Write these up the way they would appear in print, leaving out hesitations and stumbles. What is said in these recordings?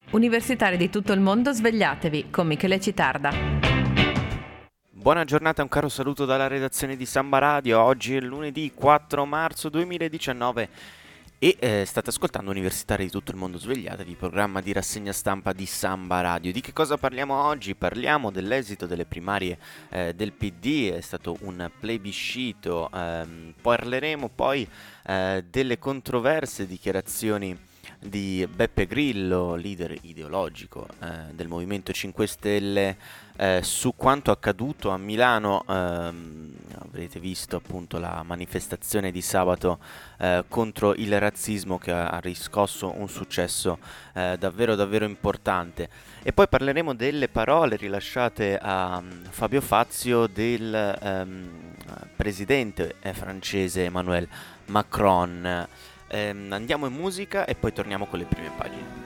Universitari di tutto il mondo, svegliatevi con Michele Citarda. Buona giornata, un caro saluto dalla redazione di Samba Radio. Oggi è lunedì 4 marzo 2019 e state ascoltando Universitari di tutto il mondo, svegliatevi, programma di rassegna stampa di Samba Radio. Di che cosa parliamo oggi? Parliamo dell'esito delle primarie del PD, è stato un plebiscito. Parleremo poi delle controverse dichiarazioni di Beppe Grillo, leader ideologico del Movimento 5 Stelle, su quanto accaduto a Milano. Avrete visto appunto la manifestazione di sabato contro il razzismo, che ha riscosso un successo davvero davvero importante. E poi parleremo delle parole rilasciate a Fabio Fazio del presidente francese Emmanuel Macron. Andiamo in musica e poi torniamo con le prime pagine.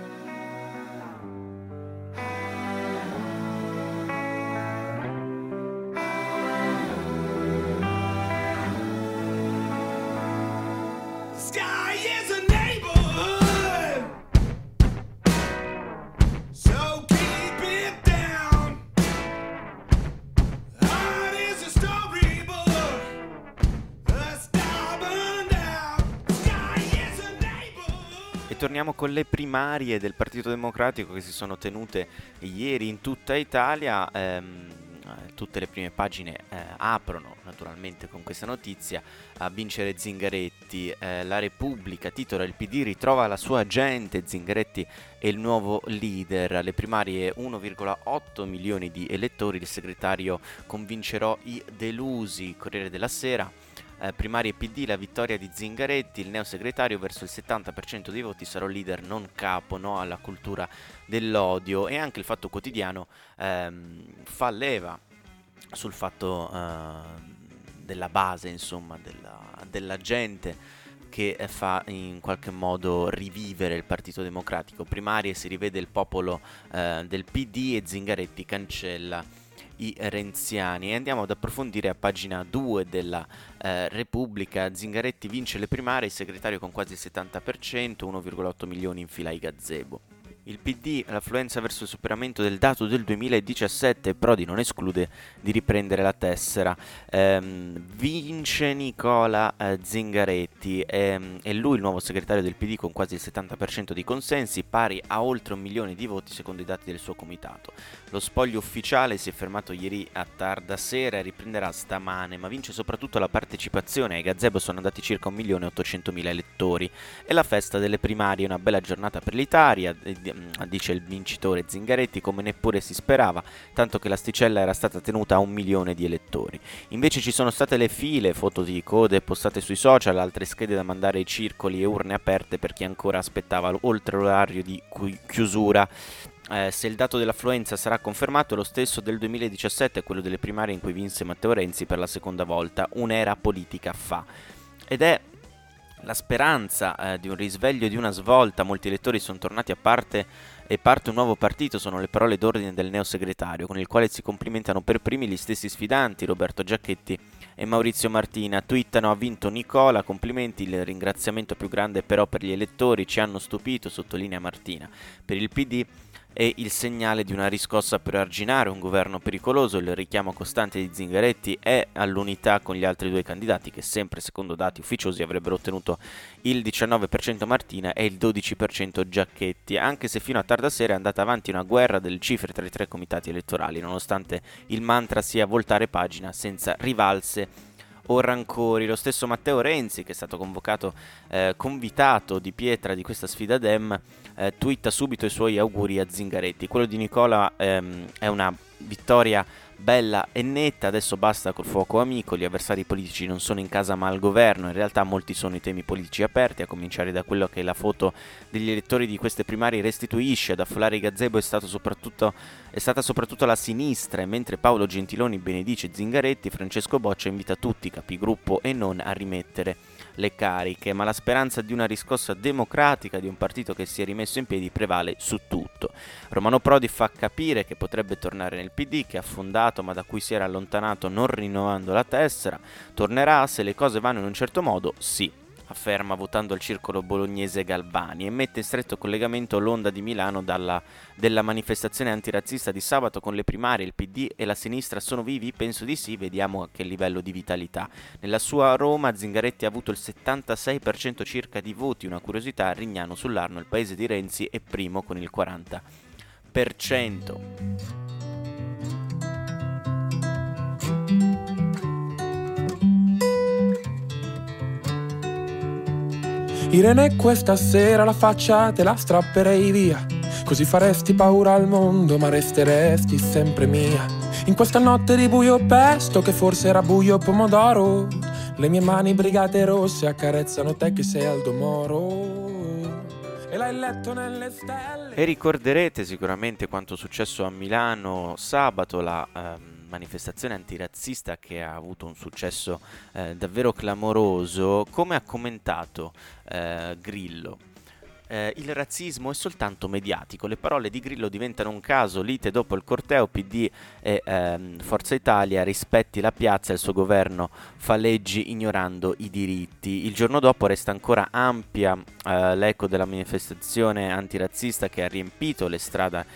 Torniamo con le primarie del Partito Democratico che si sono tenute ieri in tutta Italia. Tutte le prime pagine aprono naturalmente con questa notizia: a vincere Zingaretti. La Repubblica titola: il PD ritrova la sua gente, Zingaretti è il nuovo leader. Alle primarie 1,8 milioni di elettori, il segretario convincerò i delusi. Corriere della Sera: primarie PD, la vittoria di Zingaretti, il neosegretario verso il 70% dei voti, sarà leader non capo, no alla cultura dell'odio. E anche il Fatto Quotidiano fa leva sul fatto della base, insomma, della gente che fa in qualche modo rivivere il Partito Democratico. Primarie, si rivede il popolo del PD e Zingaretti cancella i renziani. E andiamo ad approfondire a pagina 2 della Repubblica. Zingaretti vince le primarie, il segretario con quasi il 70%, 1,8 milioni in fila ai gazebo. Il PD, l'affluenza verso il superamento del dato del 2017, Prodi non esclude di riprendere la tessera. Vince Nicola Zingaretti, è lui il nuovo segretario del PD con quasi il 70% di consensi, pari a oltre 1 milione di voti secondo i dati del suo comitato. Lo spoglio ufficiale si è fermato ieri a tarda sera e riprenderà stamane, ma vince soprattutto la partecipazione. Ai gazebo sono andati circa 1.800.000 elettori. E la festa delle primarie, una bella giornata per l'Italia, dice il vincitore Zingaretti, come neppure si sperava, tanto che l'asticella era stata tenuta a 1 milione di elettori. Invece ci sono state le file, foto di code postate sui social, altre schede da mandare ai circoli e urne aperte per chi ancora aspettava oltre l'orario di chiusura. Se il dato dell'affluenza sarà confermato, è lo stesso del 2017, quello delle primarie in cui vinse Matteo Renzi per la seconda volta. Un'era politica fa. Ed è la speranza di un risveglio, di una svolta. Molti elettori sono tornati a parte e parte un nuovo partito, sono le parole d'ordine del neosegretario, con il quale si complimentano per primi gli stessi sfidanti, Roberto Giachetti e Maurizio Martina. Twittano: ha vinto Nicola, complimenti, il ringraziamento più grande però per gli elettori, ci hanno stupito, sottolinea Martina. Per il PD è il segnale di una riscossa per arginare un governo pericoloso. Il richiamo costante di Zingaretti è all'unità con gli altri due candidati, che sempre secondo dati ufficiosi avrebbero ottenuto il 19% Martina e il 12% Giachetti, anche se fino a tarda sera è andata avanti una guerra delle cifre tra i tre comitati elettorali, nonostante il mantra sia voltare pagina senza rivalse o rancori. Lo stesso Matteo Renzi, che è stato convitato di pietra di questa sfida Dem, twitta subito i suoi auguri a Zingaretti. Quello di Nicola è una vittoria bella e netta, adesso basta col fuoco amico, gli avversari politici non sono in casa ma al governo. In realtà molti sono i temi politici aperti, a cominciare da quello che la foto degli elettori di queste primarie restituisce. Ad affollare i gazebo è stata soprattutto la sinistra, e mentre Paolo Gentiloni benedice Zingaretti, Francesco Boccia invita tutti, capigruppo e non, a rimettere le cariche. Ma la speranza di una riscossa democratica, di un partito che si è rimesso in piedi, prevale su tutto. Romano Prodi fa capire che potrebbe tornare nel PD, che ha fondato ma da cui si era allontanato non rinnovando la tessera. Tornerà se le cose vanno in un certo modo? Sì. afferma votando al circolo bolognese Galbani, e mette in stretto collegamento l'onda di Milano della manifestazione antirazzista di sabato con le primarie. Il PD e la sinistra sono vivi? Penso di sì, vediamo a che livello di vitalità. Nella sua Roma Zingaretti ha avuto il 76% circa di voti, una curiosità: Rignano sull'Arno, il paese di Renzi, è primo con il 40%. Irene, questa sera la faccia te la strapperei via, così faresti paura al mondo ma resteresti sempre mia. In questa notte di buio pesto, che forse era buio pomodoro, le mie mani brigate rosse accarezzano te che sei Aldo Moro, e l'hai letto nelle stelle. E ricorderete sicuramente quanto successo a Milano sabato, la manifestazione antirazzista che ha avuto un successo davvero clamoroso. Come ha commentato Grillo: il razzismo è soltanto mediatico, le parole di Grillo diventano un caso, lite dopo il corteo, PD e Forza Italia, rispetti la piazza, il suo governo fa leggi ignorando i diritti. Il giorno dopo resta ancora ampia l'eco della manifestazione antirazzista che ha riempito le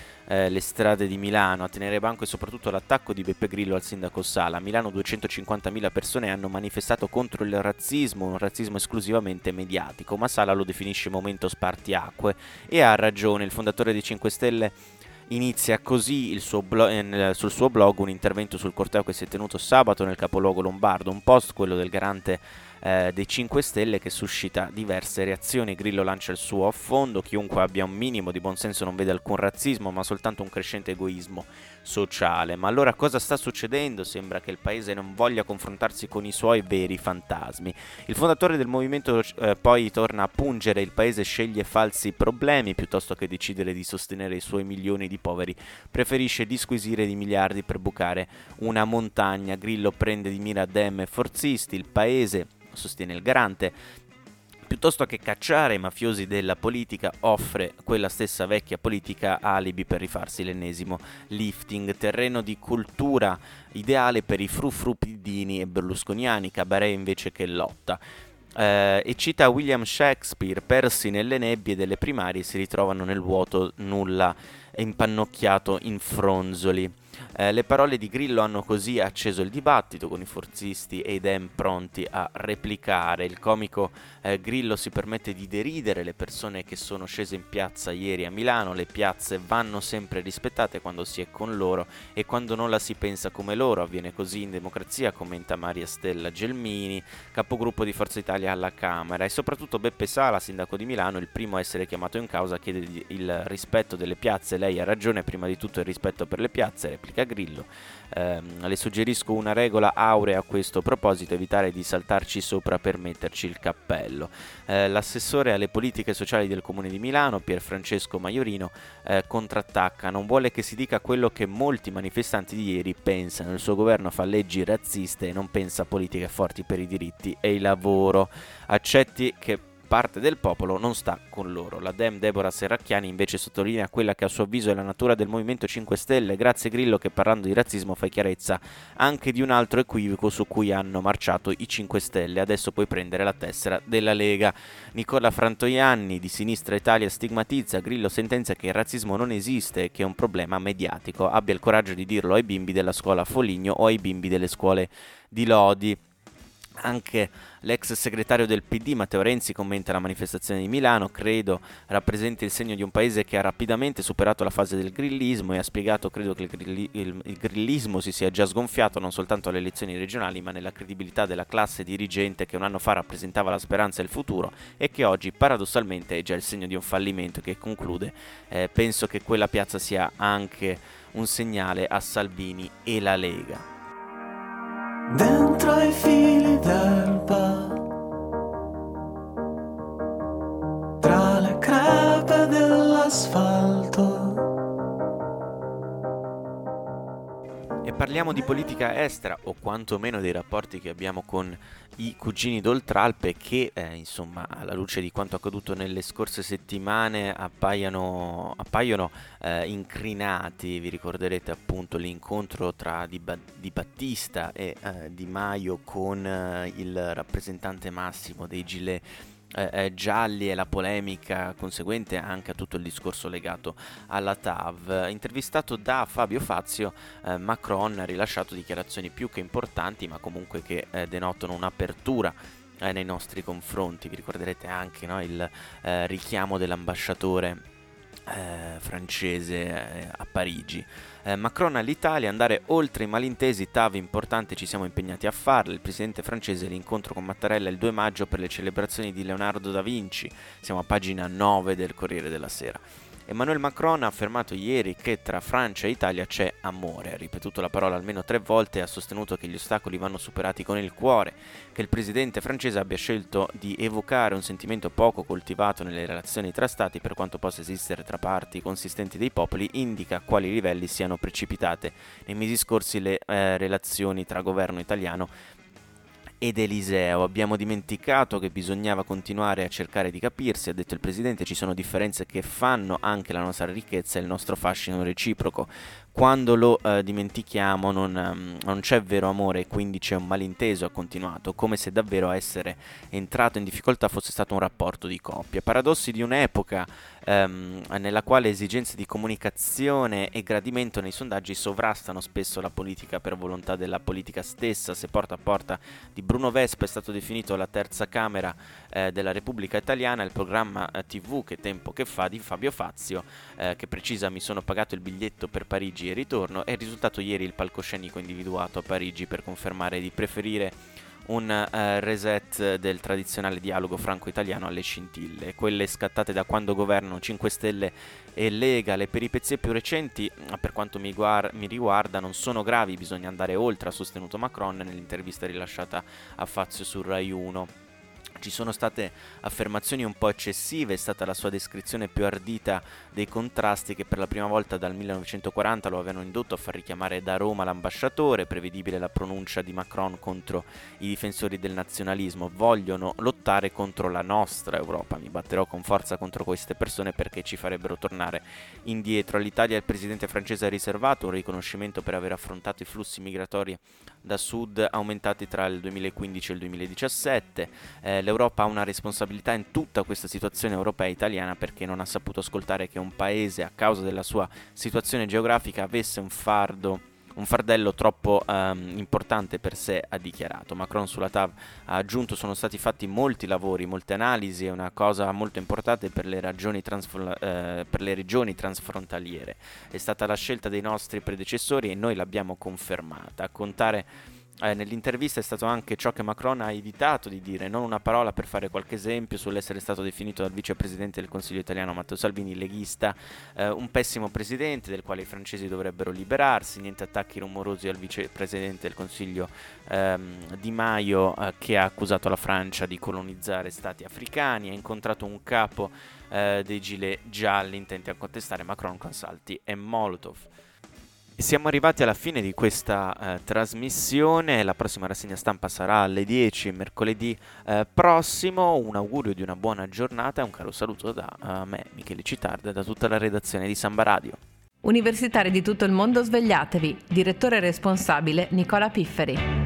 strade di Milano. A tenere banco e soprattutto l'attacco di Beppe Grillo al sindaco Sala. A Milano 250.000 persone hanno manifestato contro il razzismo, un razzismo esclusivamente mediatico, ma Sala lo definisce momento spartiacque, e ha ragione. Il fondatore dei 5 Stelle inizia così sul suo blog un intervento sul corteo che si è tenuto sabato nel capoluogo lombardo, un post, quello del garante dei 5 Stelle, che suscita diverse reazioni. Grillo lancia il suo affondo: chiunque abbia un minimo di buonsenso non vede alcun razzismo ma soltanto un crescente egoismo sociale. Ma allora cosa sta succedendo? Sembra che il paese non voglia confrontarsi con i suoi veri fantasmi. Il fondatore del movimento poi torna a pungere: il paese sceglie falsi problemi piuttosto che decidere di sostenere i suoi milioni di poveri, preferisce disquisire di miliardi per bucare una montagna. Grillo prende di mira Dem e forzisti. Il paese, sostiene il garante, piuttosto che cacciare i mafiosi della politica, offre quella stessa vecchia politica alibi per rifarsi l'ennesimo lifting, terreno di cultura ideale per i frufrupidini e berlusconiani, cabaret invece che lotta. E cita William Shakespeare: persi nelle nebbie delle primarie si ritrovano nel vuoto, nulla impannocchiato in fronzoli. Le parole di Grillo hanno così acceso il dibattito, con i forzisti e i Dem pronti a replicare. Il comico Grillo si permette di deridere le persone che sono scese in piazza ieri a Milano. Le piazze vanno sempre rispettate quando si è con loro e quando non la si pensa come loro. Avviene così in democrazia, commenta Maria Stella Gelmini, capogruppo di Forza Italia alla Camera. E soprattutto Beppe Sala, sindaco di Milano, il primo a essere chiamato in causa, chiede il rispetto delle piazze. Lei ha ragione, prima di tutto il rispetto per le piazze, replica Grillo. Le suggerisco una regola aurea a questo proposito: evitare di saltarci sopra per metterci il cappello. L'assessore alle politiche sociali del comune di Milano, Pierfrancesco Maiorino, contrattacca: non vuole che si dica quello che molti manifestanti di ieri pensano. Il suo governo fa leggi razziste e non pensa a politiche forti per i diritti e il lavoro. Accetti che parte del popolo non sta con loro. La Dem Deborah Serracchiani invece sottolinea quella che a suo avviso è la natura del Movimento 5 Stelle. Grazie Grillo, che parlando di razzismo fai chiarezza anche di un altro equivoco su cui hanno marciato i 5 Stelle. Adesso puoi prendere la tessera della Lega. Nicola Frantoianni di Sinistra Italia stigmatizza: Grillo sentenzia che il razzismo non esiste e che è un problema mediatico. Abbia il coraggio di dirlo ai bimbi della scuola Foligno o ai bimbi delle scuole di Lodi. Anche l'ex segretario del PD Matteo Renzi commenta la manifestazione di Milano: credo rappresenti il segno di un paese che ha rapidamente superato la fase del grillismo, e ha spiegato: credo che il grillismo si sia già sgonfiato non soltanto alle elezioni regionali ma nella credibilità della classe dirigente che un anno fa rappresentava la speranza e il futuro e che oggi paradossalmente è già il segno di un fallimento. Che conclude: penso che quella piazza sia anche un segnale a Salvini e la Lega. Dentro i fili d'erba, tra le crepe dell'asfalto. E Parliamo di politica estera, o quantomeno dei rapporti che abbiamo con i cugini d'Oltralpe che, insomma, alla luce di quanto accaduto nelle scorse settimane appaiono incrinati. Vi ricorderete appunto l'incontro tra Di Battista e Di Maio con il rappresentante massimo dei gilet gialli e la polemica conseguente anche a tutto il discorso legato alla TAV. Intervistato da Fabio Fazio, Macron ha rilasciato dichiarazioni più che importanti, ma comunque che denotano un'apertura nei nostri confronti. Vi ricorderete anche, no, il richiamo dell'ambasciatore francese a Parigi. Macron all'Italia: andare oltre i malintesi, TAV importante, ci siamo impegnati a farlo. Il presidente francese, l'incontro con Mattarella il 2 maggio per le celebrazioni di Leonardo da Vinci. Siamo a pagina 9 del Corriere della Sera. Emmanuel Macron ha affermato ieri che tra Francia e Italia c'è amore, ha ripetuto la parola almeno 3 volte e ha sostenuto che gli ostacoli vanno superati con il cuore, che il presidente francese abbia scelto di evocare un sentimento poco coltivato nelle relazioni tra stati, per quanto possa esistere tra parti consistenti dei popoli, indica a quali livelli siano precipitate nei mesi scorsi le relazioni tra governo italiano ed Eliseo. Abbiamo dimenticato che bisognava continuare a cercare di capirsi, ha detto il presidente. Ci sono differenze che fanno anche la nostra ricchezza e il nostro fascino reciproco. Quando lo dimentichiamo non c'è vero amore e quindi c'è un malinteso, ha continuato, come se davvero essere entrato in difficoltà fosse stato un rapporto di coppia. Paradossi di un'epoca nella quale esigenze di comunicazione e gradimento nei sondaggi sovrastano spesso la politica per volontà della politica stessa. Se Porta a Porta di Bruno Vespa è stato definito la terza Camera della Repubblica Italiana, il programma TV Che tempo che fa di Fabio Fazio, che precisa: mi sono pagato il biglietto per Parigi e ritorno, è risultato ieri il palcoscenico individuato a Parigi per confermare di preferire un reset del tradizionale dialogo franco-italiano alle scintille, quelle scattate da quando governano 5 Stelle e Lega. Le peripezie più recenti, per quanto mi riguarda, non sono gravi, bisogna andare oltre, ha sostenuto Macron nell'intervista rilasciata a Fazio su Rai 1. Ci sono state affermazioni un po' eccessive, è stata la sua descrizione più ardita dei contrasti che per la prima volta dal 1940 lo avevano indotto a far richiamare da Roma l'ambasciatore. Prevedibile la pronuncia di Macron contro i difensori del nazionalismo: vogliono lottare contro la nostra Europa, mi batterò con forza contro queste persone perché ci farebbero tornare indietro. All'Italia il presidente francese ha riservato un riconoscimento per aver affrontato i flussi migratori da sud aumentati tra il 2015 e il 2017. L'Europa ha una responsabilità in tutta questa situazione europea e italiana, perché non ha saputo ascoltare che un paese, a causa della sua situazione geografica, avesse un fardello troppo importante per sé, ha dichiarato. Macron sulla TAV ha aggiunto: sono stati fatti molti lavori, molte analisi, è una cosa molto importante per le regioni transfrontaliere. È stata la scelta dei nostri predecessori e noi l'abbiamo confermata. A contare nell'intervista è stato anche ciò che Macron ha evitato di dire: non una parola per fare qualche esempio sull'essere stato definito dal vicepresidente del Consiglio italiano Matteo Salvini leghista un pessimo presidente del quale i francesi dovrebbero liberarsi. Niente attacchi rumorosi al vicepresidente del Consiglio Di Maio, che ha accusato la Francia di colonizzare stati africani. Ha incontrato un capo dei gilet gialli intenti a contestare Macron con salti e Molotov. Siamo arrivati alla fine di questa trasmissione. La prossima rassegna stampa sarà alle 10 mercoledì prossimo. Un augurio di una buona giornata e un caro saluto da me, Michele Citarda, e da tutta la redazione di Samba Radio. Universitari di tutto il mondo, svegliatevi. Direttore responsabile Nicola Pifferi.